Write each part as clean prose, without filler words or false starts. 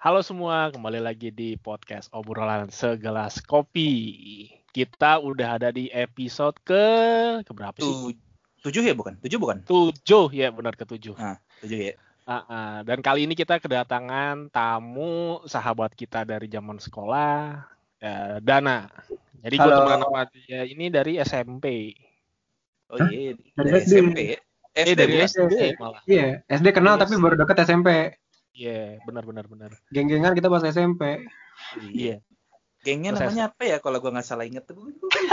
Halo semua, kembali lagi di podcast obrolan segelas kopi. Kita udah ada di episode keberapa sih? 7 ya bukan? 7 bukan? 7 ya, benar ke-7. Nah, 7 ya. Dan kali ini kita kedatangan tamu sahabat kita dari zaman sekolah, Dana. Jadi gue Halo. temenan sama dia ini dari SMP. Oh iya, Dari dari SD. SMP ya? SD dari bukan? SD malah. Iya, SD kenal Dari tapi SD. baru deket SMP. Iya, benar. Geng-gengan kita pas SMP. Iya. Gengnya Terus namanya apa ya kalau gue nggak salah inget tuh?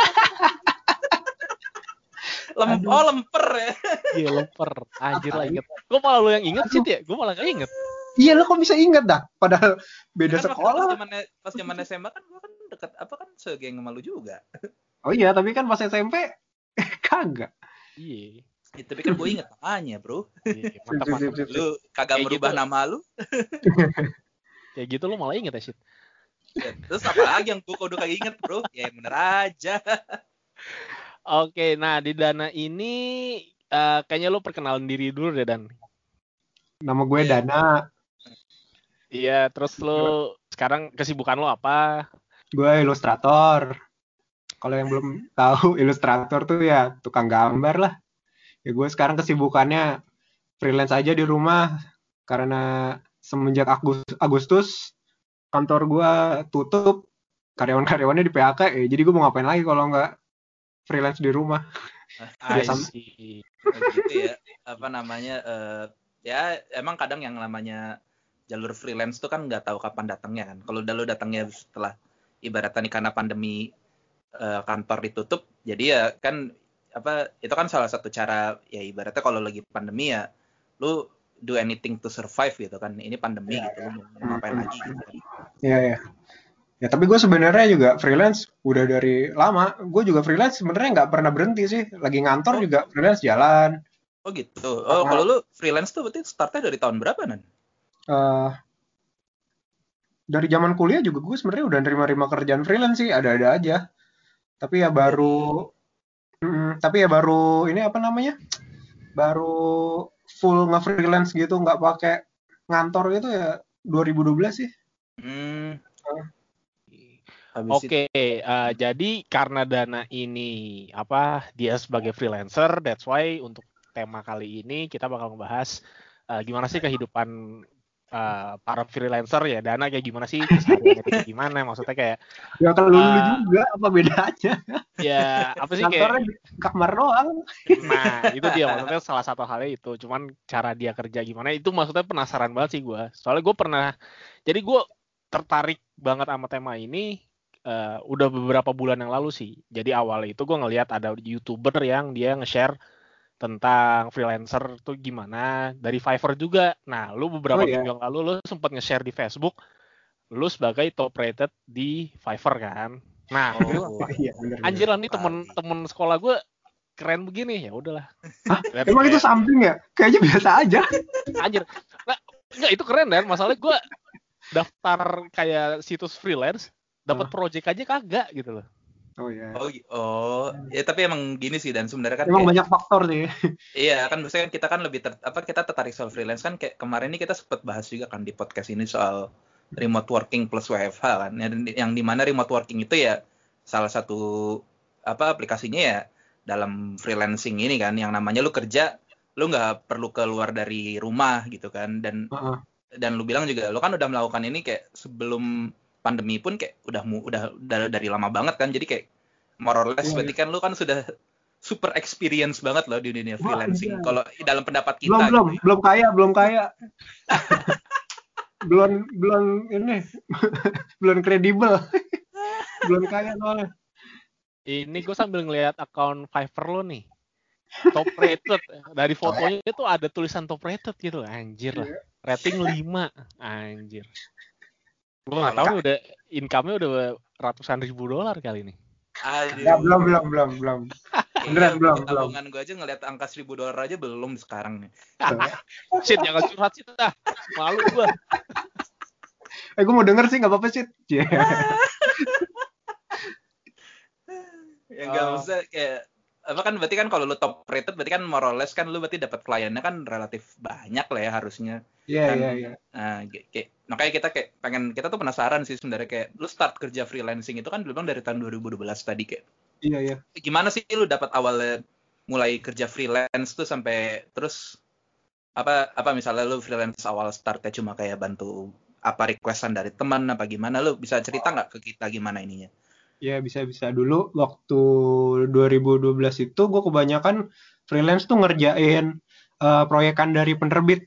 Lemper ya. Iya, lemper. Anjir lah inget. Gue malah lu yang inget sih ya. Gue malah gak inget. Iya, lo kok bisa inget dah? Padahal beda Kan sekolah. pas zaman SMA kan gue kan deket kan segeng sama lu juga. Oh iya, tapi kan pas SMP kagak. Iya. Ya, tapi kan gue inget namanya, bro. Iya, mantap. Lu kagak Kayak merubah gitu. nama lu. Kayak gitu lu malah inget ya, Syed. Ya, terus apa lagi yang gue kudu kagak inget, bro? Ya bener aja. Oke, nah di Dana ini kayaknya lu perkenalan diri dulu deh, Dan. Nama gue Dana. Iya, terus lu sekarang kesibukan lu apa? Gue ilustrator. Kalau yang belum tahu, ilustrator tuh ya tukang gambar lah. Ya gue sekarang kesibukannya freelance aja di rumah. Karena semenjak Agustus kantor gue tutup, karyawan-karyawannya di PHK, jadi gue mau ngapain lagi kalau nggak freelance di rumah. Gitu ya. Apa namanya? Ya emang kadang yang namanya jalur freelance tuh kan nggak tahu kapan datangnya kan. Kalau udah lo datangnya setelah ibaratnya nih karena pandemi kantor ditutup, jadi ya kan apa itu kan salah satu cara ya ibaratnya kalau lagi pandemi ya lu do anything to survive gitu kan. Ini pandemi gitu, lu mau ngapain lagi gitu kan. Iya. Ya tapi gue sebenarnya juga freelance udah dari lama. Gue juga freelance sebenarnya nggak pernah berhenti sih. Lagi ngantor juga freelance jalan. Oh gitu. Oh kalau lu freelance tuh berarti startnya dari tahun berapa, Nan? Dari zaman kuliah juga gue sebenarnya udah nerima kerjaan freelance sih, ada-ada aja. Tapi ya baru ini apa namanya? Baru full nge-freelance gitu, nggak pakai ngantor gitu ya 2012 sih. Oke, jadi karena Dana ini dia sebagai freelancer, that's why untuk tema kali ini kita bakal ngebahas gimana sih kehidupan para freelancer ya. Dana kayak gimana sih, kayak gimana, maksudnya kayak ya kalau lu juga apa bedanya? Ya apa sih kantornya kayak di kamar doang. Nah itu dia, maksudnya salah satu halnya itu. Cuman cara dia kerja gimana itu maksudnya penasaran banget sih gue. Soalnya gue jadi gue tertarik banget sama tema ini udah beberapa bulan yang lalu sih. Jadi awal itu gue ngelihat ada YouTuber yang dia nge-share tentang freelancer tuh gimana dari Fiverr juga. Nah, lu beberapa minggu yang lalu lu sempat nge-share di Facebook lu sebagai top rated di Fiverr kan. Nah, anjir lah nih temen sekolah gue keren begini, ya udahlah. Emang itu samping ya? Kayaknya biasa aja. Anjir. Nah, enggak itu keren kan. Masalahnya gue daftar kayak situs freelance dapat project aja kagak gitu loh. Oh iya. Ya tapi emang gini sih, dan sebenarnya kan emang banyak faktor sih. Iya kan, maksudnya kita kan lebih kita tertarik soal freelance kan, kayak kemarin ini kita sempat bahas juga kan di podcast ini soal remote working plus WFH kan, yang dimana remote working itu ya salah satu aplikasinya ya dalam freelancing ini kan, yang namanya lu kerja lu nggak perlu keluar dari rumah gitu kan, dan lu bilang juga lu kan udah melakukan ini kayak sebelum pandemi pun kayak udah dari lama banget kan, jadi kayak more or less berarti kan lu kan sudah super experience banget loh di dunia freelancing. Kalau dalam pendapat kita belum kaya belum ini belum kredibel. Belum kaya soalnya. Ini gue sambil ngelihat akun Fiverr lo nih, top rated. Dari fotonya itu ada tulisan top rated gitu, anjir lah. Rating 5, anjir. Gue nggak tahu udah income-nya udah ratusan ribu dolar kali ini. Ya, belum. Beneran belum. Tabungan gue aja ngeliat angka $1,000 aja belum sekarang nih. Shit, jangan curhat sih dah. Malu gue. Gue mau denger sih, nggak apa-apa sih. Ya nggak, maksudnya kayak apa kan berarti kan kalau lu top rated berarti kan more or less kan lu berarti dapat kliennya kan relatif banyak lah ya harusnya. Iya, Kan iya, iya. makanya kita kayak kita tuh penasaran sih sebenarnya kayak lu start kerja freelancing itu kan lu bilang dari tahun 2012 tadi kayak. Iya, iya. Gimana sih lu dapat awalnya mulai kerja freelance tuh sampai terus apa misalnya lu freelance awal startnya cuma kayak bantu apa requestan dari teman apa gimana, lu bisa cerita nggak ke kita gimana ininya? Ya, bisa-bisa. Dulu waktu 2012 itu gue kebanyakan freelance tuh ngerjain proyekan dari penerbit.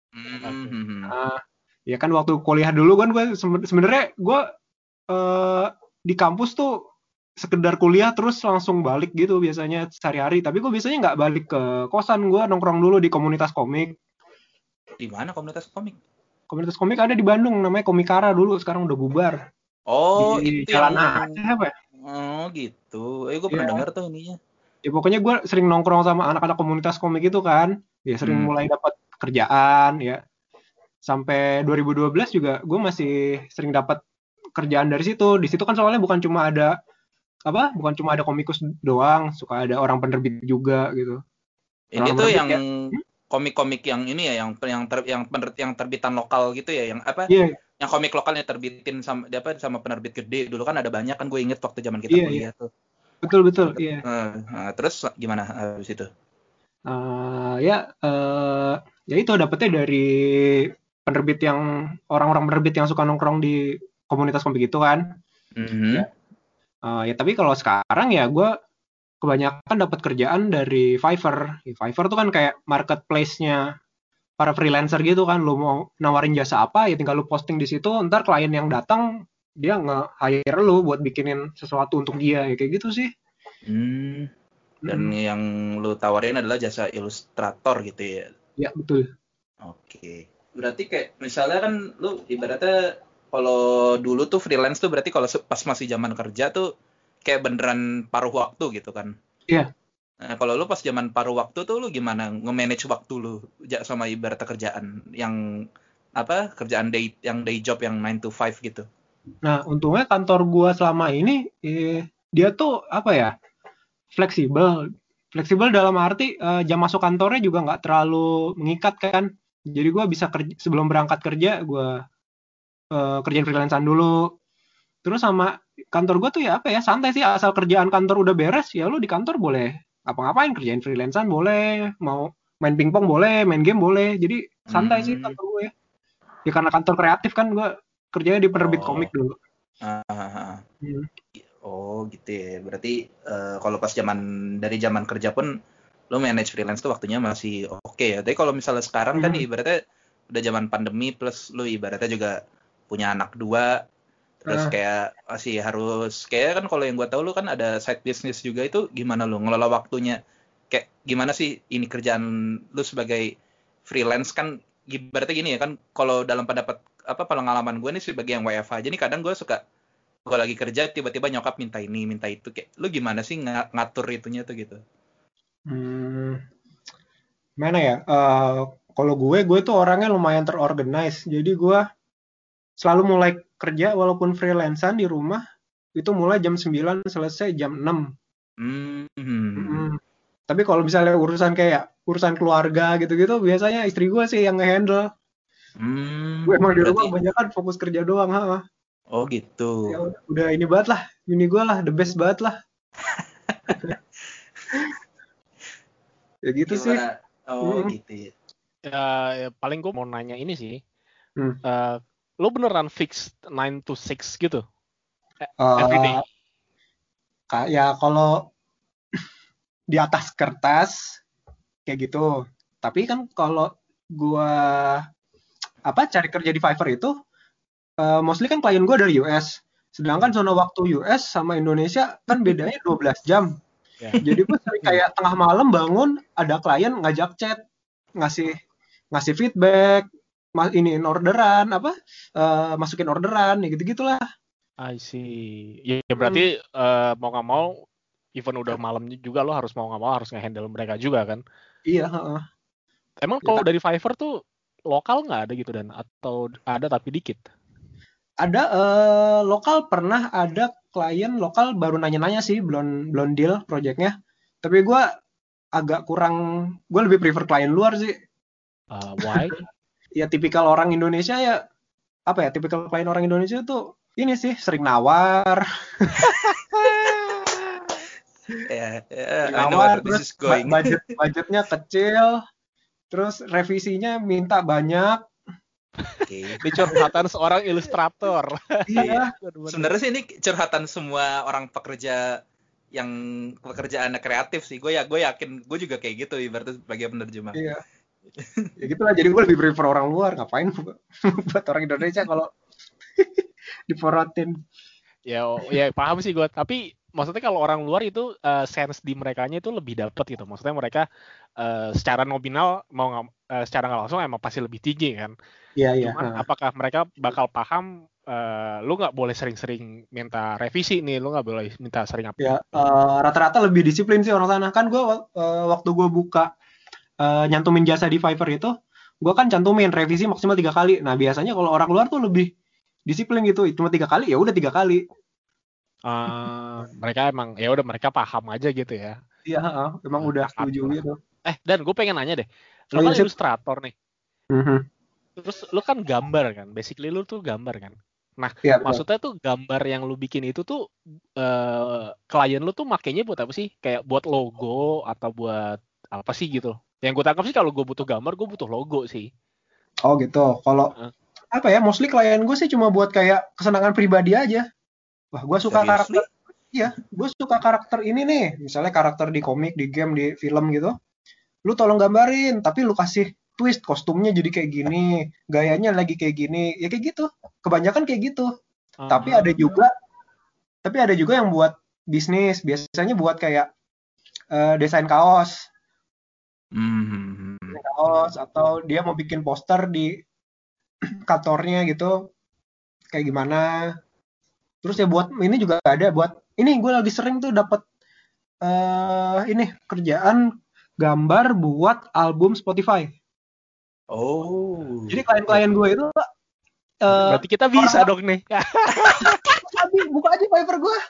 Ya kan waktu kuliah dulu kan gue sebenarnya gue di kampus tuh sekedar kuliah terus langsung balik gitu biasanya sehari-hari. Tapi gue biasanya nggak balik ke kosan, gue nongkrong dulu di komunitas komik. Di mana komunitas komik? Komunitas komik ada di Bandung, namanya Komikara dulu, sekarang udah bubar. Oh, di itu Jalan yang Aceh apa ya? Oh gitu. Gue pernah dengar tuh ininya. Ya pokoknya gue sering nongkrong sama anak-anak komunitas komik itu kan. Ya sering mulai dapat kerjaan ya. Sampai 2012 juga gue masih sering dapat kerjaan dari situ. Di situ kan soalnya bukan cuma ada komikus doang, suka ada orang penerbit juga gitu. Ini tuh yang komik-komik yang ini ya, yang terbitan lokal gitu ya, yang apa? Iya. Yang komik lokalnya terbitin sama penerbit gede. Dulu kan ada banyak kan, gue inget waktu zaman kita kuliah tuh. Betul, iya. Terus gimana habis itu? Ya itu dapetnya dari penerbit yang orang-orang penerbit yang suka nongkrong di komunitas komik itu kan. Ya tapi kalau sekarang ya gue kebanyakan dapat kerjaan dari Fiverr. Fiverr tuh kan kayak marketplace-nya para freelancer gitu kan. Lu mau nawarin jasa apa ya tinggal lu posting di situ, ntar klien yang datang dia nge-hire lu buat bikinin sesuatu untuk dia ya kayak gitu sih. Dan yang lu tawarin adalah jasa ilustrator gitu ya? Ya betul. Oke. Berarti kayak misalnya kan lu ibaratnya kalau dulu tuh freelance tuh berarti kalau pas masih zaman kerja tuh kayak beneran paruh waktu gitu kan? Iya. Nah, kalau lu pas zaman paruh waktu tuh lu gimana nge-manage waktu lu sama ibaratnya kerjaan yang apa? Kerjaan day job yang 9 to 5 gitu. Nah, untungnya kantor gua selama ini dia tuh apa ya? Fleksibel. Fleksibel dalam arti jam masuk kantornya juga nggak terlalu mengikat kan. Jadi gua bisa sebelum berangkat kerja gua kerjain freelancean dulu. Terus sama kantor gua tuh ya apa ya? Santai sih, asal kerjaan kantor udah beres ya lu di kantor boleh apa-ngapain, kerjain freelancean boleh, mau main pingpong boleh, main game boleh. Jadi santai sih kantor gue. Ya karena kantor kreatif kan gue kerjanya di penerbit komik dulu. Oh gitu ya. Berarti kalau pas dari zaman kerja pun lo manage freelance tuh waktunya masih oke ya. Tapi kalau misalnya sekarang kan ibaratnya udah zaman pandemi plus lo ibaratnya juga punya anak 2. Terus kayak masih harus kayak kan kalau yang gue tahu lu kan ada side business juga, itu gimana lu ngelola waktunya? Kayak gimana sih ini kerjaan lu sebagai freelance kan ibaratnya gini ya kan, kalau dalam pengalaman gue nih sebagai yang WFH aja nih kadang gue lagi kerja tiba-tiba nyokap minta ini minta itu, kayak lu gimana sih ngatur itunya tuh gitu? Mana ya? Kalau gue tuh orangnya lumayan terorganize, jadi gue selalu mulai kerja walaupun freelancean di rumah itu mulai jam 9 selesai jam 6. Tapi kalau misalnya urusan keluarga gitu-gitu biasanya istri gue sih yang nge-handle. Gue emang di rumah kebanyakan fokus kerja doang. Oh gitu. Ya udah ini banget lah, ini gue lah the best banget lah. Ya gitu sih. Gitu ya. Ya paling gue mau nanya ini sih. Lo beneran fix 9 to 6 gitu? Every day? Ya kalau di atas kertas kayak gitu. Tapi kan kalau gue cari kerja di Fiverr itu mostly kan klien gue dari US. Sedangkan zona waktu US sama Indonesia kan bedanya 12 jam. Jadi gue sering kayak tengah malam bangun ada klien ngajak chat, ngasih feedback, orderan masukin orderan ya gitu-gitulah. I see. Ya berarti mau nggak mau even udah malam juga lo harus mau nggak mau harus nge-handle mereka juga kan? Iya. Emang kalau dari Fiverr tuh lokal nggak ada gitu dan atau ada tapi dikit? Ada lokal, pernah ada klien lokal baru nanya-nanya sih, belum deal projectnya. Tapi gue agak kurang, gue lebih prefer klien luar sih. Why? Ya tipikal orang Indonesia ya, apa ya, tipikal klien orang Indonesia tuh ini sih, sering nawar. Ya, Sering I know nawar, where this terus is going. budgetnya kecil, terus revisinya minta banyak. Oke. Ini curhatan seorang ilustrator. Iya. Sebenarnya sih ini curhatan semua orang pekerja yang pekerjaannya kreatif sih. Gue yakin gue juga kayak gitu ibaratnya sebagai penerjemah. Iya. Ya gitulah, jadi gue lebih prefer orang luar. Ngapain buat orang Indonesia kalau diporotin. Ya paham sih gue. Tapi maksudnya kalau orang luar itu sense di merekanya itu lebih dapet gitu. Maksudnya mereka secara nominal secara nggak langsung emang pasti lebih tinggi kan. Iya. Cuman apakah mereka bakal paham lu nggak boleh sering-sering minta revisi nih, lu nggak boleh minta sering apa? Ya rata-rata lebih disiplin sih orang sana. Kan gue waktu gue buka nyantumin jasa di Fiverr itu, gue kan cantumin revisi maksimal 3 kali. Nah biasanya kalau orang luar tuh lebih disiplin gitu, cuma 3 kali ya udah 3 kali. Mereka emang ya udah mereka paham aja gitu ya. Iya, emang udah setuju gitu. Dan gue pengen nanya deh, lu Oh, kan iya, ilustrator nih, terus lu kan gambar kan, basically lu tuh gambar kan. Nah, iya, maksudnya tuh gambar yang lu bikin itu tuh klien lu tuh makainya buat apa sih? Kayak buat logo atau buat apa sih gitu? Yang gue tangkap sih kalau gue butuh gambar, gue butuh logo sih. Oh gitu. Kalau apa ya, mostly klien gue sih cuma buat kayak kesenangan pribadi aja. Wah, gue suka karakter. Iya, gue suka karakter ini nih. Misalnya karakter di komik, di game, di film gitu. Lu tolong gambarin, tapi lu kasih twist, kostumnya jadi kayak gini, gayanya lagi kayak gini. Ya kayak gitu. Kebanyakan kayak gitu. Tapi ada juga yang buat bisnis. Biasanya buat kayak desain kaos. Desain kaos, atau dia mau bikin poster di kantornya gitu. Kayak gimana. Terus ya buat ini juga ada, buat ini gue lagi sering tuh dapat ini kerjaan gambar buat album Spotify. Oh. Jadi klien-klien gue itu berarti kita bisa dong nih. Buka aja Fiverr gue.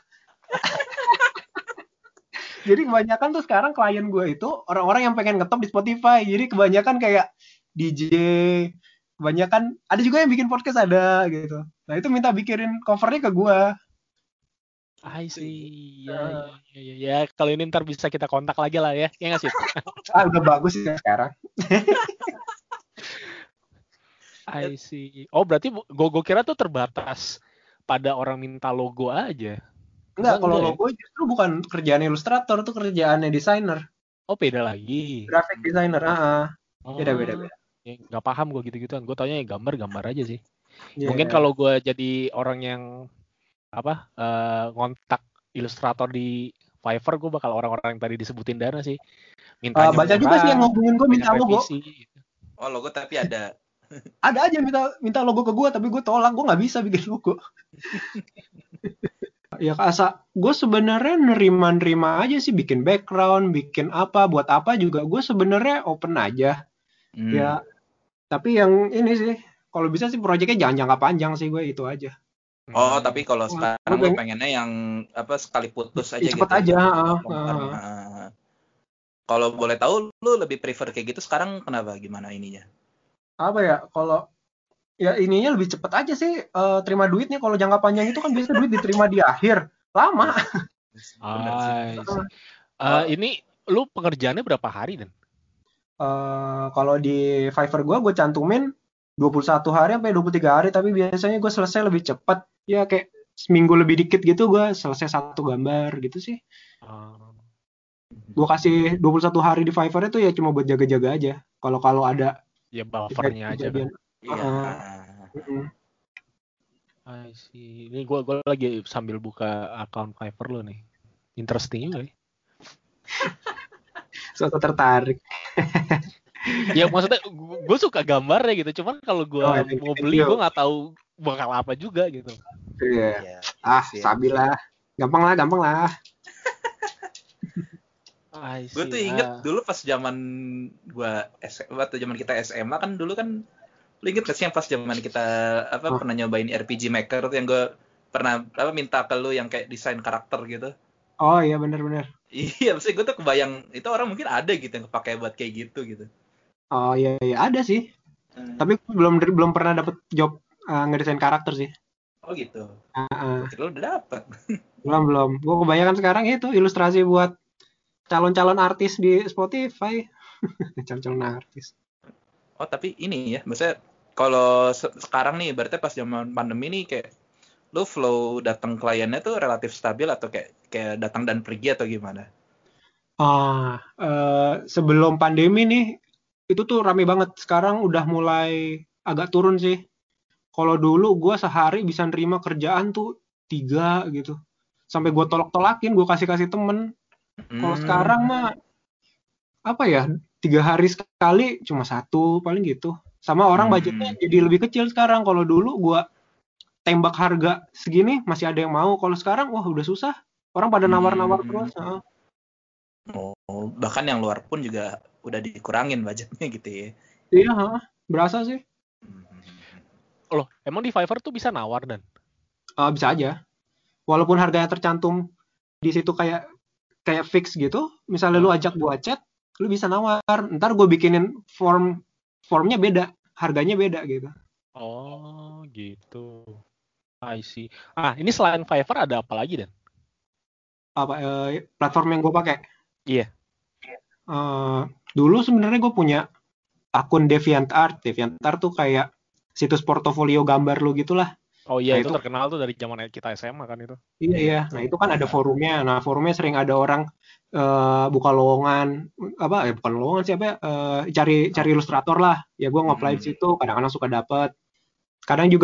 Jadi kebanyakan tuh sekarang klien gue itu orang-orang yang pengen ngetop di Spotify. Jadi kebanyakan kayak DJ, kebanyakan ada juga yang bikin podcast ada gitu. Nah itu minta bikinin covernya ke gue. I see. Ya. Kalau ini ntar bisa kita kontak lagi lah ya. Ya nggak sih? Udah bagus sih sekarang. I see. Oh berarti gue kira tuh terbatas pada orang minta logo aja. Enggak, kalau logo justru bukan kerjaan ilustrator, tuh kerjaannya desainer. Oh beda lagi. Graphic designer, beda. Ya, nggak paham gue gitu-gituan. Gue taunya gambar aja sih. Yeah. Mungkin kalau gue jadi orang yang ngontak ilustrator di Fiverr, gue bakal orang-orang yang tadi disebutin Dana sih. Mintanya banyak juga sih yang ngubungin gue minta logo. Gitu. Oh logo tapi ada. Ada aja minta logo ke gue, tapi gue tolak, gue nggak bisa bikin logo. Ya gue sebenarnya nerima aja sih, bikin background, bikin apa, buat apa juga gue sebenarnya open aja. Ya, tapi yang ini sih, kalau bisa sih proyeknya jangan jangka panjang sih, gue itu aja. Oh, tapi kalau sekarang gue pengennya yang sekali putus aja cepet gitu. Aja. Kalau boleh tahu, lu lebih prefer kayak gitu sekarang kenapa? Gimana ininya? Apa ya? Kalau ya ininya lebih cepet aja sih, terima duitnya. Kalau jangka panjang itu kan biasa duit diterima di akhir, lama. Ini lu pekerjaannya berapa hari Dan? Kalau di Fiverr gue cantumin 21 hari sampai 23 hari, tapi biasanya gue selesai lebih cepat. Ya kayak seminggu lebih dikit gitu gue selesai satu gambar gitu sih. Gue kasih 21 hari di Fiverr itu ya cuma buat jaga-jaga aja. Kalau ada ya buffernya aja kan. I see. Ini gue lagi sambil buka account Fiverr lo nih. Interesting juga ya. Suatu tertarik. Ya maksudnya gue suka gambarnya gitu. Cuman kalau gue mau beli gue nggak tahu bakal apa juga gitu. Iya. Stabil lah. Gampang lah. Gue tuh inget dulu pas zaman kita SMA kan dulu kan, lu inget gak sih yang pas zaman kita pernah nyobain RPG Maker tuh yang gue pernah minta ke lu yang kayak desain karakter gitu. Oh iya benar-benar. Iya, maksudnya gue tuh kebayang itu orang mungkin ada gitu yang kepake buat kayak gitu. Oh iya iya ada sih. Hmm. Tapi belum pernah dapet job ngedesain karakter sih. Oh gitu. Heeh. Gue kira lu udah dapet. Belum. Gue kebanyakan sekarang itu ilustrasi buat calon-calon artis di Spotify. Calon-calon artis. Oh tapi ini ya, maksudnya kalau sekarang nih, berarti pas zaman pandemi nih kayak lu flow datang kliennya tuh relatif stabil atau kayak datang dan pergi atau gimana? Sebelum pandemi nih itu tuh rame banget. Sekarang udah mulai agak turun sih. Kalau dulu gue sehari bisa nerima kerjaan tuh 3 gitu. Sampai gue tolak-tolakin, gue kasih-kasih temen. Kalau Hmm. sekarang mah apa ya, 3 hari sekali cuma satu paling gitu. Sama orang budgetnya Hmm. jadi lebih kecil sekarang. Kalau dulu gue tembak harga segini masih ada yang mau. Kalau sekarang wah udah susah. Orang pada nawar-nawar Hmm. terus. Heeh. Oh, bahkan yang luar pun juga udah dikurangin budgetnya gitu ya. Iya, heeh. Berasa sih. Hmm. Loh, emang di Fiverr tuh bisa nawar dan? Bisa aja. Walaupun harganya tercantum di situ kayak kayak fix gitu, misalnya lu ajak gua chat, lu bisa nawar. Ntar gue bikinin formnya beda, harganya beda gitu. Oh, gitu. I see. Ini selain Fiverr ada apa lagi dan? Apa platform yang gue pakai? Iya. Eh, Dulu sebenarnya gue punya akun DeviantArt. DeviantArt tuh kayak situs portofolio gambar lu gitulah. Oh iya, Nah itu itu terkenal tuh dari zaman kita SMA kan itu. iya Iya iya. Nah betul. itu kan ada forumnya. Nah forumnya sering ada orang buka lowongan apa bukan lowongan siapa ya cari cari Oh. ilustrator lah. Ya gue nge-apply di Hmm. situ. Kadang-kadang suka dapet. Kadang juga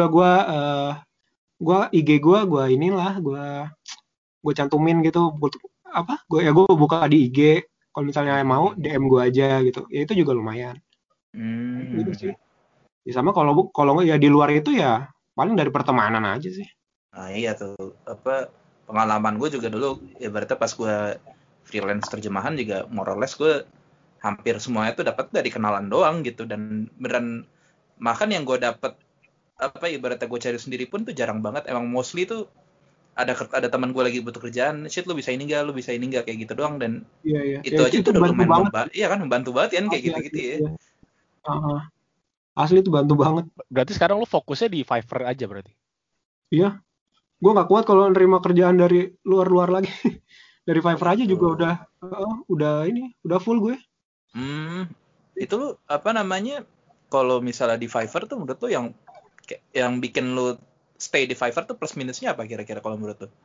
gue IG gue inilah gue cantumin gitu apa gue buka di IG kalau misalnya mau DM gue aja gitu ya itu juga lumayan gitu Hmm. sih ya sama kalau ya di luar itu ya paling dari pertemanan aja sih. Nah iya tuh, apa pengalaman gue juga dulu, ya berarti pas gue freelance terjemahan juga more or less gue hampir semuanya tuh dapat dari kenalan doang gitu, dan beneran makan yang gue dapat apa ibaratnya gue cari sendiri pun tuh jarang banget, emang mostly tuh ada teman gue lagi butuh kerjaan, shit lu bisa ini nggak kayak gitu doang, dan Iya iya ya itu aja itu tuh udah bantu lumayan banget iya kan membantu banget kan kayak asli gitu-gitu asli ya. ya. Uh-uh. Asli itu bantu banget. Berarti sekarang lu fokusnya di Fiverr aja berarti? Iya gue nggak kuat kalau nerima kerjaan dari luar-luar lagi. Dari Oh Fiverr aja gitu. juga udah ini udah full gue. Itu lu apa namanya, kalau misalnya di Fiverr tuh menurut lu yang bikin lu stay di Fiverr tuh plus minusnya apa kira-kira kalau menurut lu?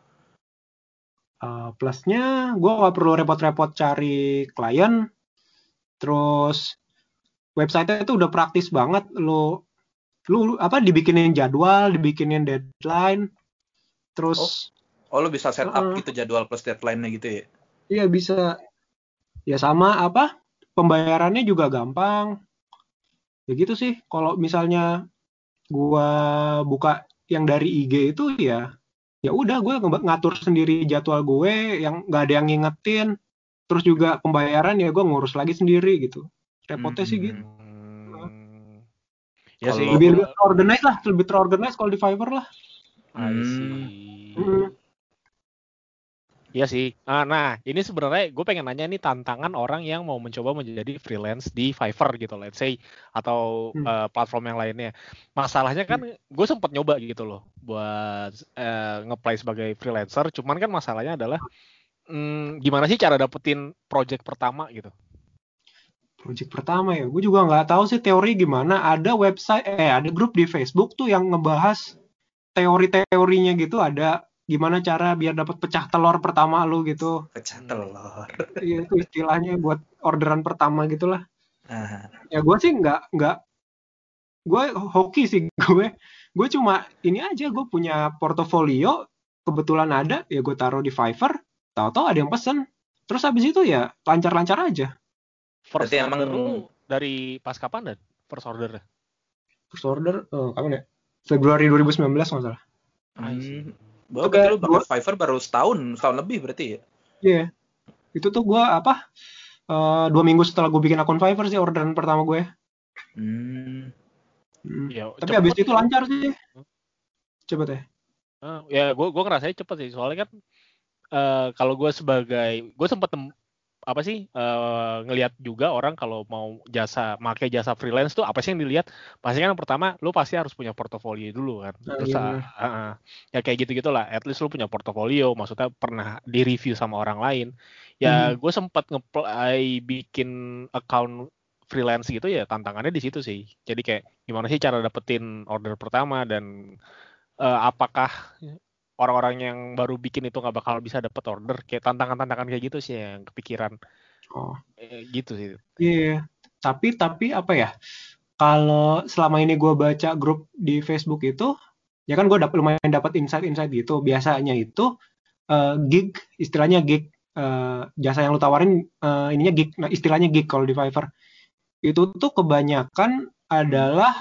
Plusnya gue nggak perlu repot-repot cari klien. Terus website-nya itu udah praktis banget. Lu apa dibikinin jadwal, dibikinin deadline. Terus Oh, oh lu bisa set up uh, gitu jadwal plus deadline-nya gitu ya? iya bisa. Ya sama apa pembayarannya juga gampang. Ya gitu sih. Kalau misalnya gua buka yang dari IG itu ya udah gue ngatur sendiri jadwal gue yang nggak ada yang ngingetin. Terus juga pembayaran ya gue ngurus lagi sendiri gitu. Repotnya sih gitu. Ya sih, Kalau Lebih terorganize lah, lebih terorganize kalau di Fiverr lah. I hmm, see. Iya sih. Nah, ini sebenarnya gue pengen nanya nih tantangan orang yang mau mencoba menjadi freelance di Fiverr gitu, let's say, atau Hmm. platform yang lainnya. Masalahnya kan gue sempat nyoba gitu loh buat nge-play sebagai freelancer. Cuman kan masalahnya adalah gimana sih cara dapetin project pertama gitu? Project pertama ya, gue juga nggak tahu sih teori gimana. Ada website, ada grup di Facebook tuh yang ngebahas teori-teorinya gitu. Ada gimana cara biar dapat pecah telur pertama lu gitu. pecah telur. Iya itu istilahnya buat orderan pertama gitulah. Nah, Ya gue sih nggak, gue hoki sih gue cuma ini aja gue punya portofolio kebetulan ada ya gue taruh di Fiverr. Tahu-tahu ada yang pesen. Terus habis itu ya lancar-lancar aja. First berarti emang order lu dari pas kapan dan first order? First order kapan ya? Februari 2019 nggak salah. I see. Itu berarti kayak lu pakai Fiverr baru setahun lebih berarti ya? yeah. Itu tuh gue 2 minggu setelah gue bikin akun Fiverr sih orderan pertama gue. Ya, Tapi habis cepet itu sih. lancar sih. Cepet ya. Ya, gue ngerasain cepet sih. Soalnya kan kalau gue sempet ngelihat juga orang kalau mau pakai jasa freelance tuh apa sih yang dilihat? Pasti kan yang pertama lu pasti harus punya portofolio dulu kan. Nah, Terus iya benar. ya kayak gitu-gitulah. At least lu punya portofolio, maksudnya pernah di-review sama orang lain. Ya Hmm. gue sempat nge-play bikin account freelance gitu ya, tantangannya di situ sih. Jadi kayak gimana sih cara dapetin order pertama dan apakah orang-orang yang baru bikin itu nggak bakal bisa dapet order, kayak tantangan-tantangan kayak gitu sih yang kepikiran. Oh, Gitu sih. iya. Tapi apa ya? Kalau selama ini gue baca grup di Facebook itu, ya kan gue lumayan dapat insight-insight gitu. Biasanya itu gig, istilahnya gig, jasa yang lu tawarin ininya gig, nah istilahnya gig kalau di Fiverr. Itu tuh kebanyakan adalah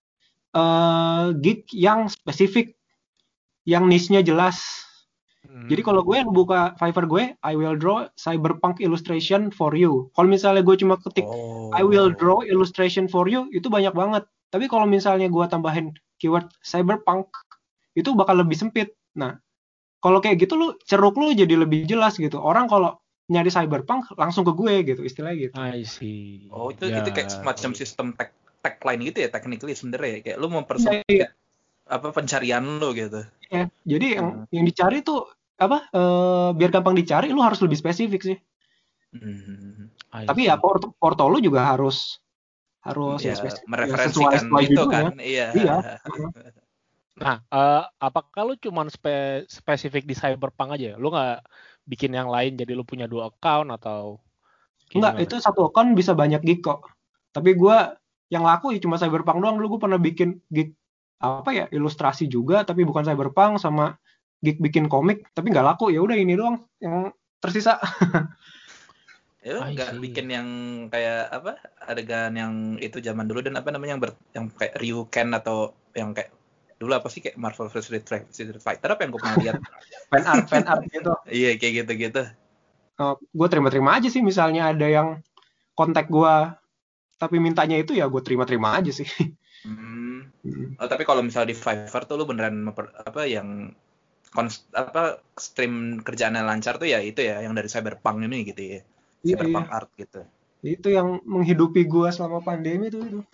gig yang spesifik, yang niche-nya jelas. Jadi kalau gue yang buka Fiverr gue, I will draw cyberpunk illustration for you. Kalau misalnya gue cuma ketik I will draw illustration for you, itu banyak banget. Tapi kalau misalnya gue tambahin keyword cyberpunk, itu bakal lebih sempit. Nah, kalau kayak gitu ceruk lu jadi lebih jelas gitu. Orang kalau nyari cyberpunk langsung ke gue gitu, istilahnya gitu. I see. Oh, itu kayak semacam sistem tagline gitu ya, technically sebenarnya ya. Kayak lu Iya, mempersempit apa pencarian lu gitu. iya. Jadi yang dicari tuh apa? Biar gampang dicari, lu harus lebih spesifik sih. Tapi ya porto lu juga harus ya, spesifik, mereferensikan sesuai itu judulnya. kan. Iya. Nah, apakah lu cuman spesifik di cyberpunk aja? Lu nggak bikin yang lain jadi lu punya 2 account atau Enggak, gimana? itu satu account bisa banyak gig kok. Tapi gue yang laku ya cuma cyberpunk doang. Dulu gue pernah bikin gig apa ya, ilustrasi juga tapi bukan cyberpunk, sama gig bikin komik tapi nggak laku. Ya udah ini doang yang tersisa. Ya nggak bikin yang kayak apa adegan yang itu zaman dulu dan apa namanya yang kayak Ryuken atau yang kayak dulu apa sih kayak Marvel vs Street Fighter apa yang gue pernah lihat fan art gitu. Iya kayak gitu. Gue terima aja sih, misalnya ada yang kontak gue tapi mintanya itu, ya gue terima aja sih. Oh, tapi kalau misalnya di Fiverr tuh lu beneran yang stream kerjaannya lancar tuh ya itu ya yang dari cyberpunk ini gitu ya. Cyberpunk art gitu. Itu yang menghidupi gua selama pandemi itu.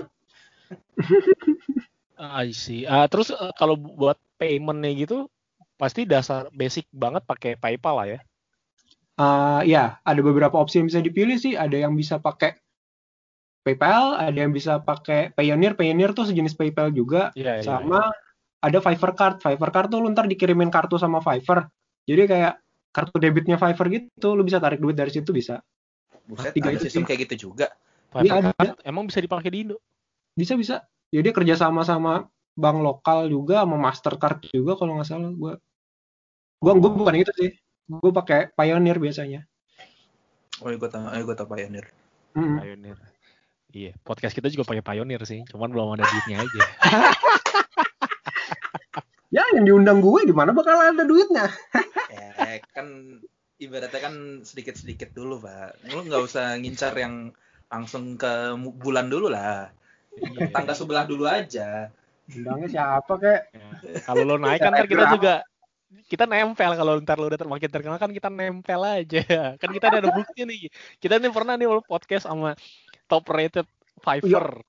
I see. Terus kalau buat payment-nya gitu pasti dasar basic banget pakai PayPal lah ya. Ya, ada beberapa opsi yang bisa dipilih sih. Ada yang bisa pakai PayPal, ada yang bisa pakai Payoneer. Payoneer tuh sejenis PayPal juga. Sama ada Fiverr Card. Fiverr Card tuh lu ntar dikirimin kartu sama Fiverr. Jadi kayak kartu debitnya Fiverr gitu, lu bisa tarik duit dari situ bisa. Buset, ada sistem kayak gitu juga. Fiverr Card emang bisa dipakai di Indo? Bisa. Jadi kerja sama bank lokal juga, sama Mastercard juga kalau nggak salah. Gue bukan itu sih. Gue pakai Payoneer biasanya. Oh, gue tahu Payoneer. Payoneer. Iya, podcast kita juga pakai Payoneer sih, cuman belum ada duitnya aja. Ya, yang diundang gue gimana bakal ada duitnya? Kan ibaratnya kan sedikit-sedikit dulu, Pak. Lu nggak usah ngincar yang langsung ke bulan dulu lah. Tangga sebelah dulu aja. Undangnya siapa kek? Ya, kalau lo naik kan kita nempel. Kalau ntar lo udah makin terkenal kan kita nempel aja. Kan kita ada bukti nih. Kita nih pernah nih podcast sama top rated Fiverr.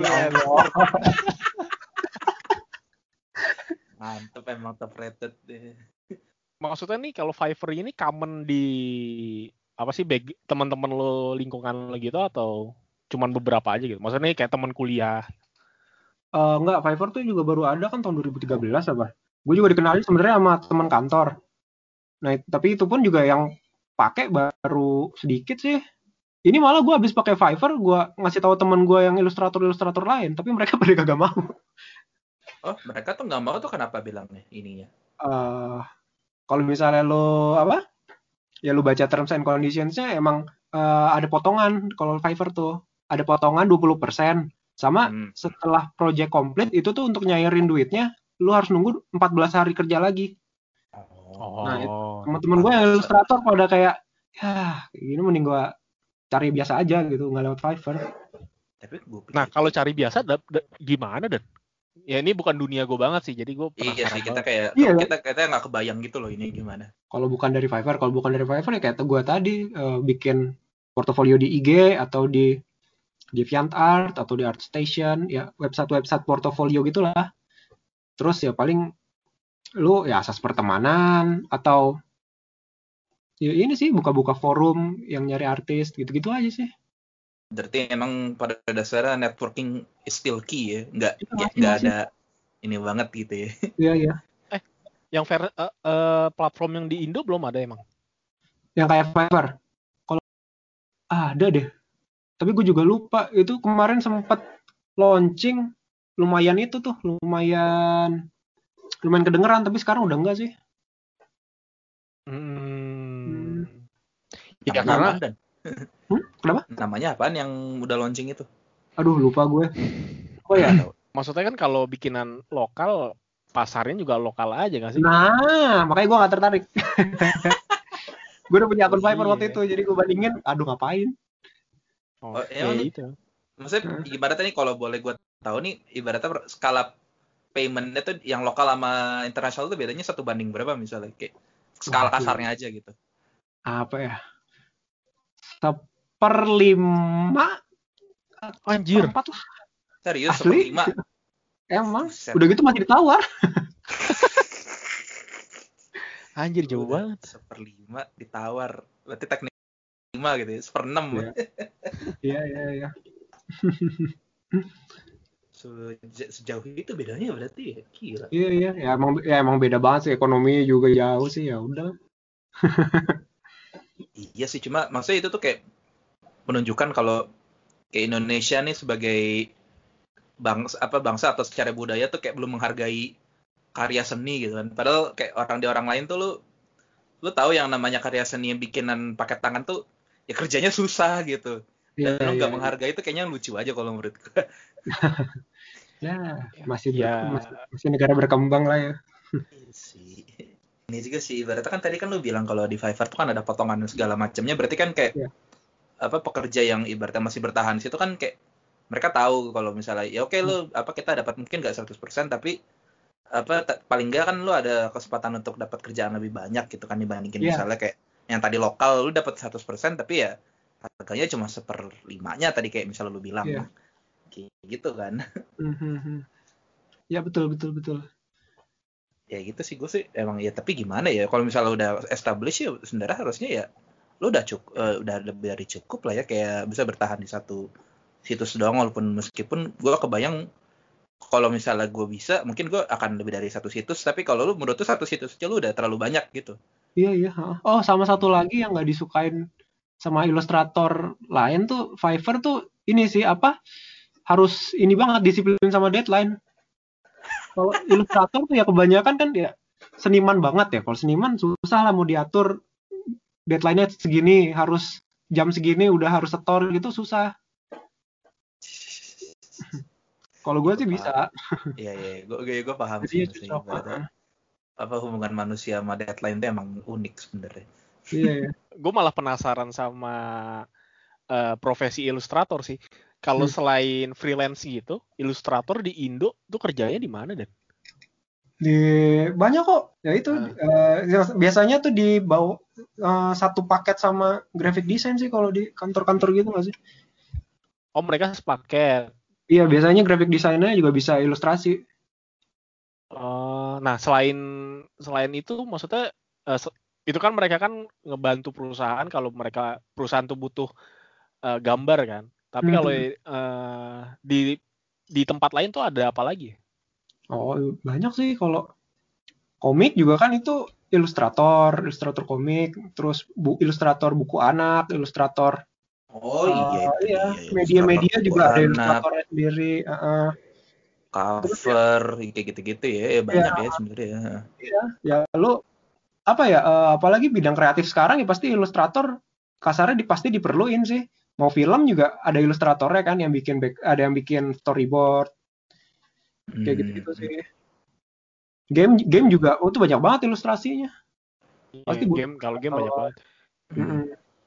Mantep emang top rated deh. Maksudnya nih kalau Fiverr ini common di apa sih teman-teman lo lingkungan lo gitu atau cuman beberapa aja gitu? Maksudnya kayak teman kuliah? Enggak, Fiverr tuh juga baru ada kan tahun 2013 apa? Gue juga dikenalin sebenarnya sama teman kantor. Nah, tapi itu pun juga yang pakai baru sedikit sih. Ini malah gue habis pakai Fiverr, gue ngasih tahu teman gue yang ilustrator lain, tapi mereka pada kagak mau. Oh, mereka tuh nggak mau tuh kenapa bilangnya ininya? Kalau misalnya lo ya lo baca terms and conditions-nya emang ada potongan. Kalau Fiverr tuh ada potongan 20%. Sama setelah project komplit itu tuh untuk nyairin duitnya lo harus nunggu 14 hari kerja lagi. Nah, teman-teman gue yang ilustrator pada kayak ya ini mending gue cari biasa aja gitu, nggak lewat Fiverr. Nah, kalau cari biasa gimana, Dan? Ya ini bukan dunia gue banget sih, jadi gue Iya penasaran sih, kita banget. Iya, kita nggak kebayang gitu loh ini gimana. kalau bukan dari Fiverr ya kayak gue tadi bikin portofolio di IG atau di DeviantArt atau di ArtStation, ya website portofolio gitulah. Terus ya paling lu ya asas pertemanan atau ya ini sih buka-buka forum yang nyari artis gitu-gitu aja sih. Berarti emang pada dasarnya networking is still key ya, Itu nggak masih. ada ini banget gitu ya. Iya, iya. Yang platform yang di Indo belum ada emang. Yang kayak Fiverr. Kalau ada deh. Tapi gue juga lupa. Itu kemarin sempat launching lumayan itu tuh, lumayan kedengeran tapi sekarang udah enggak sih. Hmm. Ya Namanya karena apaan, Dan? Kenapa? Namanya apaan yang udah launching itu? Aduh, lupa gue. Oh ya. Nggak tahu. maksudnya kan kalau bikinan lokal, pasarnya juga lokal aja nggak sih? Nah, makanya gue gak tertarik. Gue udah punya akun Oh, Fiverr waktu iya. itu, jadi gue bandingin, aduh ngapain. Oh, Ya emang itu. maksudnya ibaratnya nih kalau boleh gue tahu nih, ibaratnya skala paymentnya tuh yang lokal sama internasional tuh bedanya 1 banding berapa misalnya, kayak skala Waduh, kasarnya aja gitu. apa ya? 1/5, Anjir. 1/4 lah. Serius, Asli? 1/5? Emang? Buset. Udah gitu masih ditawar. Anjir jauh Udah banget. 1/5 ditawar. Berarti teknik 5 gitu ya, 1/6. Iya, iya, iya, iya. Sejauh itu bedanya berarti ya, gila. Iya, iya. Ya emang beda banget sih, ekonomi juga jauh sih, ya udah. Iya sih, cuma maksudnya itu tuh kayak menunjukkan kalau kayak Indonesia nih sebagai bangsa atau secara budaya tuh kayak belum menghargai karya seni gitu kan. Padahal kayak orang lain tuh lu tahu yang namanya karya seni yang bikinan pakai tangan tuh ya kerjanya susah gitu. Iya, Dan lu iya, nggak iya. menghargai itu kayaknya lucu aja kalau menurut gue. Ya, Ya, masih negara berkembang lah ya. Iya sih. Ini juga sih, ibaratnya kan tadi kan lu bilang kalau di Fiverr tuh kan ada potongan segala macamnya, berarti kan kayak Iya, pekerja yang ibaratnya masih bertahan di situ kan kayak mereka tahu kalau misalnya ya oke lu kita dapat mungkin nggak 100% tapi paling nggak kan lu ada kesempatan untuk dapat kerjaan lebih banyak gitu kan dibandingin iya. misalnya kayak yang tadi lokal lu dapat 100% tapi ya harganya cuma 1/5-nya tadi kayak misalnya lu bilang Iya. kayak gitu kan. Ya, betul, betul, betul. Ya gitu sih, gue sih emang ya, tapi gimana ya kalau misalnya udah establish ya sebenarnya harusnya ya lu udah lebih dari cukup lah ya kayak bisa bertahan di satu situs doang, walaupun meskipun gue kebayang kalau misalnya gue bisa mungkin gue akan lebih dari satu situs, tapi kalau lu menurut tuh satu situs aja lu udah terlalu banyak gitu. Iya, iya. Oh, sama satu lagi yang nggak disukain sama ilustrator lain tuh, Fiverr tuh ini sih apa? Harus ini banget disiplin sama deadline. Kalau ilustrator tuh ya kebanyakan kan ya seniman banget ya. Kalau seniman susah lah mau diatur deadline-nya segini, harus jam segini udah harus setor gitu susah. Kalau gue sih bisa. Iya, gue paham Jadi sih ya maksudnya cocok. ibaratnya hubungan manusia sama deadline itu emang unik sebenarnya. Iya, iya. gue malah penasaran sama profesi ilustrator sih. Kalau selain freelance gitu, ilustrator di Indo tuh kerjanya di mana, Dan? Banyak kok. Ya itu biasanya tuh dibawa satu paket sama graphic design sih kalau di kantor-kantor gitu nggak sih? Oh, mereka sepaket. Iya, biasanya graphic design-nya juga bisa ilustrasi. Nah, selain itu maksudnya itu kan mereka kan ngebantu perusahaan kalau perusahaan tuh butuh gambar kan. Tapi kalau di tempat lain tuh ada apa lagi? Oh, banyak sih. Kalau komik juga kan itu ilustrator komik, terus ilustrator buku anak, ilustrator Oh iya, itu iya, dia ilustrator media-media buku juga ada anak, ilustratornya sendiri. Terus ya, cover kayak gitu-gitu ya, banyak ya sebenarnya. iya, ya lu apa ya? Apalagi bidang kreatif sekarang ya pasti ilustrator kasarnya pasti diperluin sih. Mau film juga ada ilustratornya kan yang ada yang bikin storyboard kayak gitu-gitu sih. Game juga, tuh banyak banget ilustrasinya. Pasti butuh Kalau game banyak banget.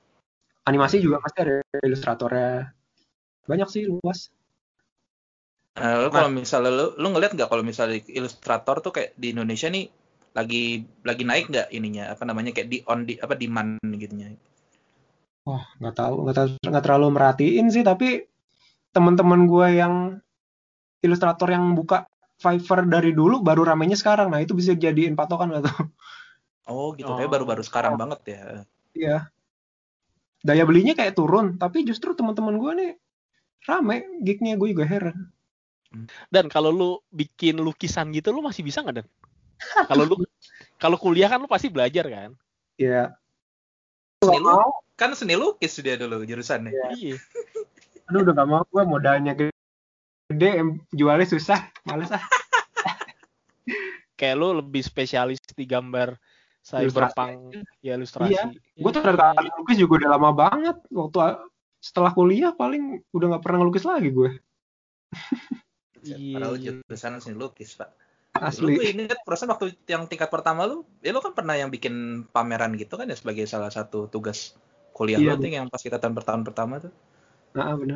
Animasi juga pasti ada ilustratornya. Banyak sih, luas. Lu kalau misalnya lu ngeliat nggak kalau misalnya ilustrator tuh kayak di Indonesia nih lagi naik nggak ininya apa namanya kayak demand gitunya. Wah, nggak terlalu merhatiin sih, tapi teman-teman gue yang ilustrator yang buka Fiverr dari dulu baru ramenya sekarang. Nah, itu bisa jadiin patokan nggak tuh? Oh gitu, kayak baru-baru sekarang banget ya. Iya. Daya belinya kayak turun, tapi justru teman-teman gue nih rame gignya, gue juga heran. Dan kalau lu bikin lukisan gitu lu masih bisa nggak, Dan? Kalau kuliah kan lu pasti belajar kan? Iya. Seni lukis dia dulu jurusannya. Iya. Aduh, udah gak mau gue, modalnya gede, jualnya susah, males ah. Kayak lu lebih spesialis di gambar cyberpunk, ya ilustrasi. Iya, gue tuh dari kali lukis juga udah lama banget. Waktu setelah kuliah paling udah gak pernah ngelukis lagi gue. Padahal jurusan seni lukis, Pak. Asli. Lu inget perasaan waktu yang tingkat pertama lu kan pernah yang bikin pameran gitu kan ya sebagai salah satu tugas kuliah lu tuh yang pas kita tahun pertama tuh. Nah, benar.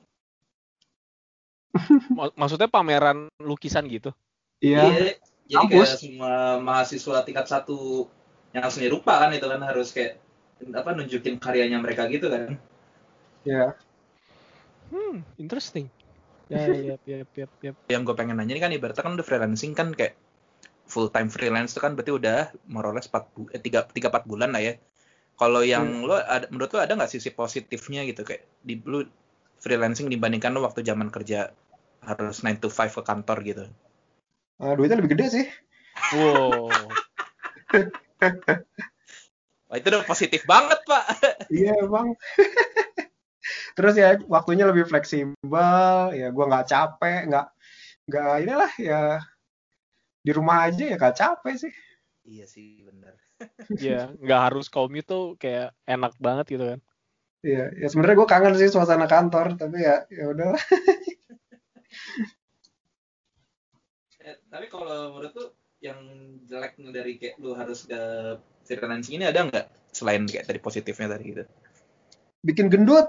Maksudnya pameran lukisan gitu? Iya. Jadi kayak semua mahasiswa tingkat 1 yang seni rupa kan itu kan harus kayak nunjukin karyanya mereka gitu kan. Iya. Interesting. Ya. Yang gue pengen nanya ini kan ibaratnya kan udah freelancing kan kayak full time freelance itu kan berarti udah more or less 3-4 bulan lah ya. Kalau yang menurut lo ada nggak sisi positifnya gitu kayak lu freelancing dibandingkan lo waktu zaman kerja harus 9 to 5 ke kantor gitu? Duitnya lebih gede sih. Wow. Wah, itu udah positif banget, Pak. Iya, Bang. Terus ya waktunya lebih fleksibel, ya gue nggak capek, nggak inilah ya, di rumah aja ya nggak capek sih. Iya sih, benar. Iya, nggak harus commute tuh kayak enak banget gitu kan. Iya, ya sebenarnya gue kangen sih suasana kantor, tapi ya udahlah. Tapi kalau menurut tuh yang jelek dari kayak lu harus ke freelancing ini ada nggak selain kayak tadi positifnya tadi gitu? Bikin gendut.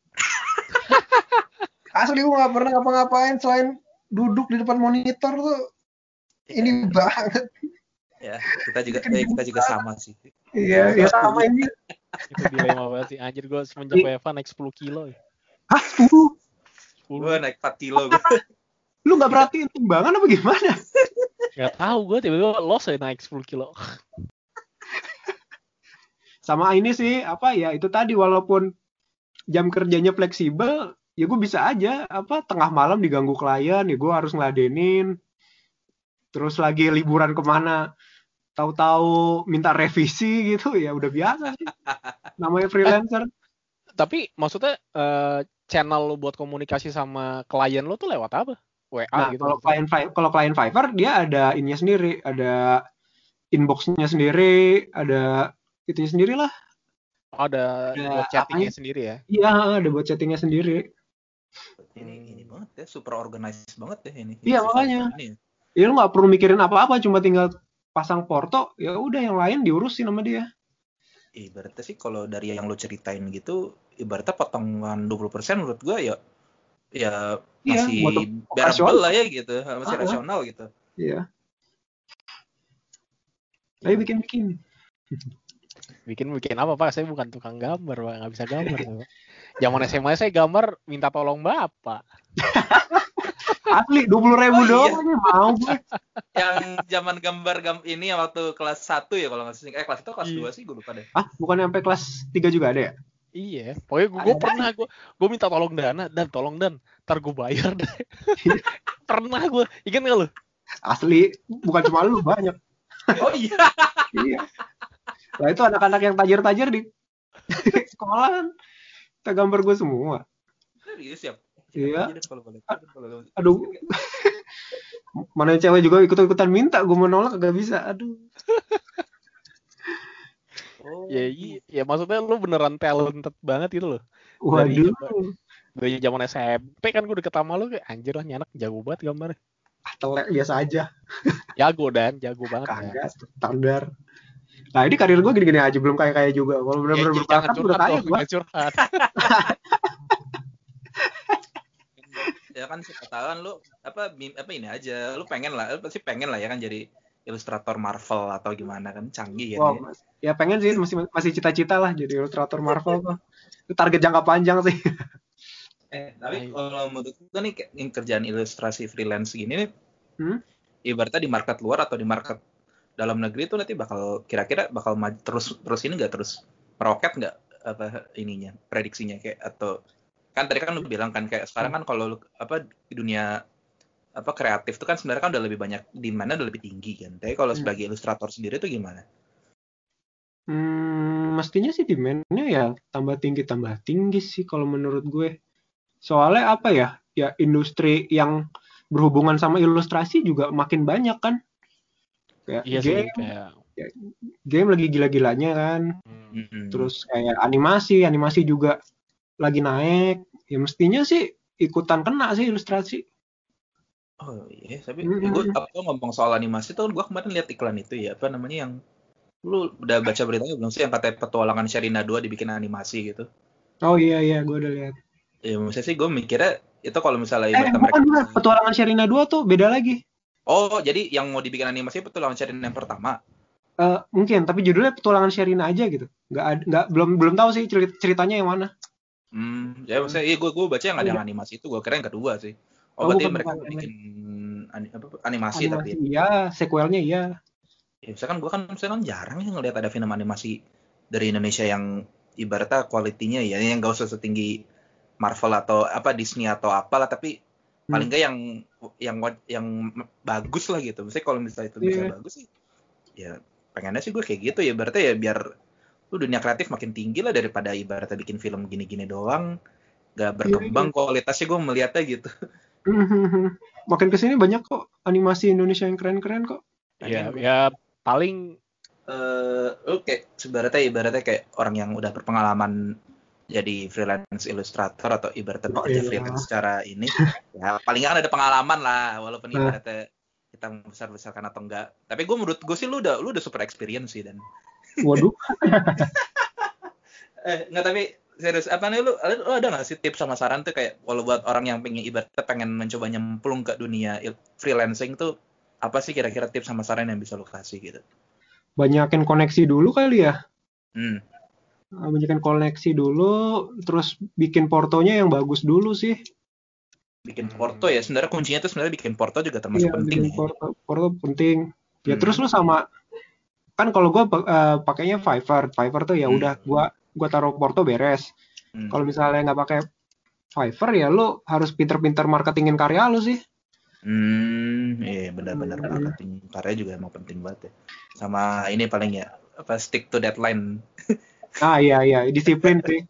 Asli gue nggak pernah ngapa-ngapain selain duduk di depan monitor tuh. Ini banget. Ya, kita juga sama sih. Iya, ya sama ini. Itu dilema banget sih. Anjir, gue semenjak WFA naik 10 kilo ya. Hah, 10? Gue naik 4 kilo gue. Lu nggak perhatiin timbangan apa gimana? Gak tahu, gue tiba-tiba loss ya naik 10 kilo. Sama ini sih, itu tadi walaupun jam kerjanya fleksibel, ya gue bisa aja tengah malam diganggu klien, ya gue harus ngeladenin. Terus lagi liburan kemana, tahu-tahu minta revisi gitu, ya udah biasa sih. Namanya freelancer. Tapi maksudnya channel lo buat komunikasi sama klien lo tuh lewat apa? WA nah, gitu. Kalau klien Fiverr dia ada ininya sendiri, ada inbox-nya sendiri, ada itunya sendiri lah. Ada buat chattingnya sendiri ya? Iya, ada buat chattingnya sendiri. Ini banget ya, super organized banget ya ini. Iya, makanya. Ya lu nggak perlu mikirin apa-apa, cuma tinggal pasang porto, ya udah yang lain diurusin sama dia. Ibaratnya sih kalau dari yang lo ceritain gitu, ibaratnya potongan 20% menurut gua ya masih bearable lah ya gitu, masih rasional gitu. Iya. Ayo bikin. Bikin apa, Pak? Saya bukan tukang gambar, Pak. Nggak bisa gambar, Pak. Zaman SMA saya gambar minta tolong Bapak. Asli 20.000 doang nih mau gue. Yang zaman gambar ini waktu kelas 1 ya kalau nggak salah. Kelas 1 kelas 2 sih gue lupa deh. Bukan sampai kelas 3 juga ada ya? Iya, pokoknya gue pernah gue minta tolong tolong ntar gue bayar deh. Pernah gue, ingat nggak lu? Asli, bukan cuma lu, banyak. Oh iya. Iya. Lah itu anak-anak yang tajir-tajir di sekolah kita gambar gue semua. Serius ya? Iya. Aduh. Mana yang cewek juga ikut-ikutan minta, gue mau nolak gak bisa. Aduh. Ya maksudnya lu beneran talented banget gitu loh. Waduh. Dari zaman SMP kan gue deket sama lu kayak anjir lah, anak jago banget gambarnya. Telek biasa aja. Jago banget. Kagak, standar. Nah ini karir gue gini-gini aja, belum kaya-kaya juga. Kalau bener-bener berbakat udah kaya gue. Ya ya kan siapa tahu kan lu apa ini aja, lu pasti pengen lah ya kan jadi ilustrator Marvel atau gimana kan, canggih Wow, kan ya pengen sih, masih cita-cita lah jadi ilustrator Marvel tuh. Itu target jangka panjang sih. ya. Tapi kalau menurut gue nih kayak kerjaan ilustrasi freelance gini nih, ibaratnya di market luar atau di market dalam negeri itu nanti kira-kira bakal terus ini nggak terus meroket nggak apa ininya prediksinya kayak, atau kan tadi kan lu bilang kan kayak sekarang kan kalau di dunia kreatif itu kan sebenarnya kan udah lebih banyak, demand-nya udah lebih tinggi kan. Tapi kalau sebagai ilustrator sendiri itu gimana? Mestinya sih demand-nya ya tambah tinggi sih kalau menurut gue. Soalnya apa ya? Ya industri yang berhubungan sama ilustrasi juga makin banyak kan. Kayak Iya sih, kayak game lagi gila-gilanya kan. Terus kayak animasi juga lagi naik. Ya mestinya sih ikutan kena sih ilustrasi. Oh iya, tapi gue ngomong soal animasi tuh gue kemarin lihat iklan itu ya, apa namanya yang lu udah baca beritanya belum sih yang katanya petualangan Sherina 2 dibikin animasi gitu? Oh iya gue udah lihat. Ya maksudnya sih gue mikirnya itu kalau misalnya bukan petualangan Sherina 2 tuh beda lagi. Oh, jadi yang mau dibikin animasi petualangan Sherina yang pertama? Mungkin, tapi judulnya petualangan Sherina aja gitu. Belum tahu sih ceritanya yang mana. Ya maksudnya gue baca yang ada yang animasi itu, gue kira yang kedua sih. Berarti mereka bikin animasi tapi iya, sequelnya iya. Ya, misalkan jarang ya ngelihat ada film animasi dari Indonesia yang ibaratnya kualitinya ya yang gak usah setinggi Marvel atau Disney atau apalah, tapi paling nggak yang bagus lah gitu. Misalnya kalau misalnya itu bisa bagus sih, ya pengennya sih gue kayak gitu ya. Berarti ya biar lu dunia kreatif makin tinggi lah daripada ibaratnya bikin film gini-gini doang, gak berkembang kualitasnya, gue melihatnya gitu. Makin kesini banyak kok animasi Indonesia yang keren-keren kok. Ya paling lu kayak ibaratnya kayak orang yang udah berpengalaman jadi freelance ilustrator atau ibaratnya bekerja freelance secara ini, ya paling nggak ada pengalaman lah, walaupun ibaratnya kita besar-besarkan atau enggak. Tapi menurut gue sih lu udah super experience sih dan. Waduh. Nggak, tapi serius, apa nih lu ada nggak sih tips sama saran tuh kayak kalau buat orang yang pengen mencoba nyemplung ke dunia freelancing tuh, apa sih kira-kira tips sama saran yang bisa lu kasih gitu? Banyakin koneksi dulu kali ya. Banyakin koneksi dulu, terus bikin portonya yang bagus dulu sih. Bikin porto ya, sebenarnya kuncinya tuh sebenarnya bikin porto juga termasuk penting ya. Porto penting. Ya terus lu sama kan kalau gue pakainya Fiverr tuh ya udah gue taruh porto beres. Kalau misalnya nggak pakai Fiverr ya lu harus pinter-pinter marketingin karya lu sih. Iya benar-benar marketing karya juga emang penting banget ya. Sama ini paling ya stick to deadline. Iya disiplin sih.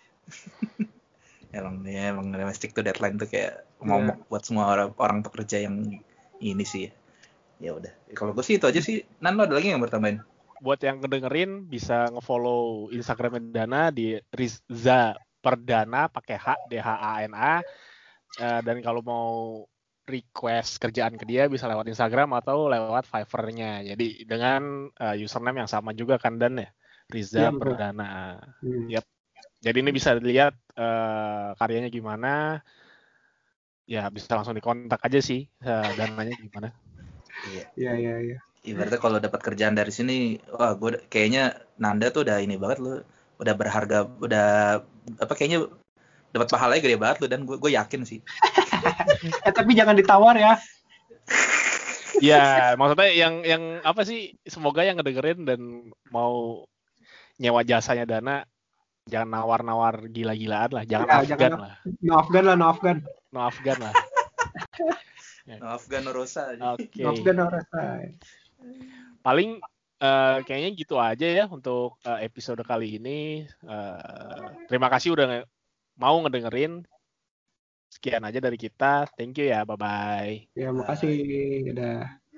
emang stick to deadline tuh kayak ngomong buat semua orang pekerja yang ini sih. Ya udah. Kalau gue sih itu aja sih. Nan, lo ada lagi yang bertambahin? Buat yang ngedengerin bisa ngefollow Instagramnya Dana di Rizza Perdana pakai H DHANA. Dan kalau mau request kerjaan ke dia bisa lewat Instagram atau lewat Fiverr-nya. Jadi dengan username yang sama juga kan Dan ya, Rizza Perdana. Yep. Jadi ini bisa dilihat karyanya gimana. Ya bisa langsung dikontak aja sih dananya gimana. Iya. Ibaratnya kalau dapat kerjaan dari sini, wah gue kayaknya Nanda tuh udah ini banget lu, udah berharga, udah kayaknya dapat pahalanya gede banget lu, dan gue yakin sih. Tapi jangan ditawar ya. Ya maksudnya yang apa sih, semoga yang ngedengerin dan mau nyewa jasanya Dana jangan nawar-nawar gila-gilaan lah, jangan Afgan lah. No Afgan lah. No Afgan no Rosa. Oke. No Afgan no Rosa. Paling kayaknya gitu aja ya untuk episode kali ini. Terima kasih udah mau ngedengerin. Sekian aja dari kita. Thank you ya. Bye-bye. Ya, makasih. Dadah.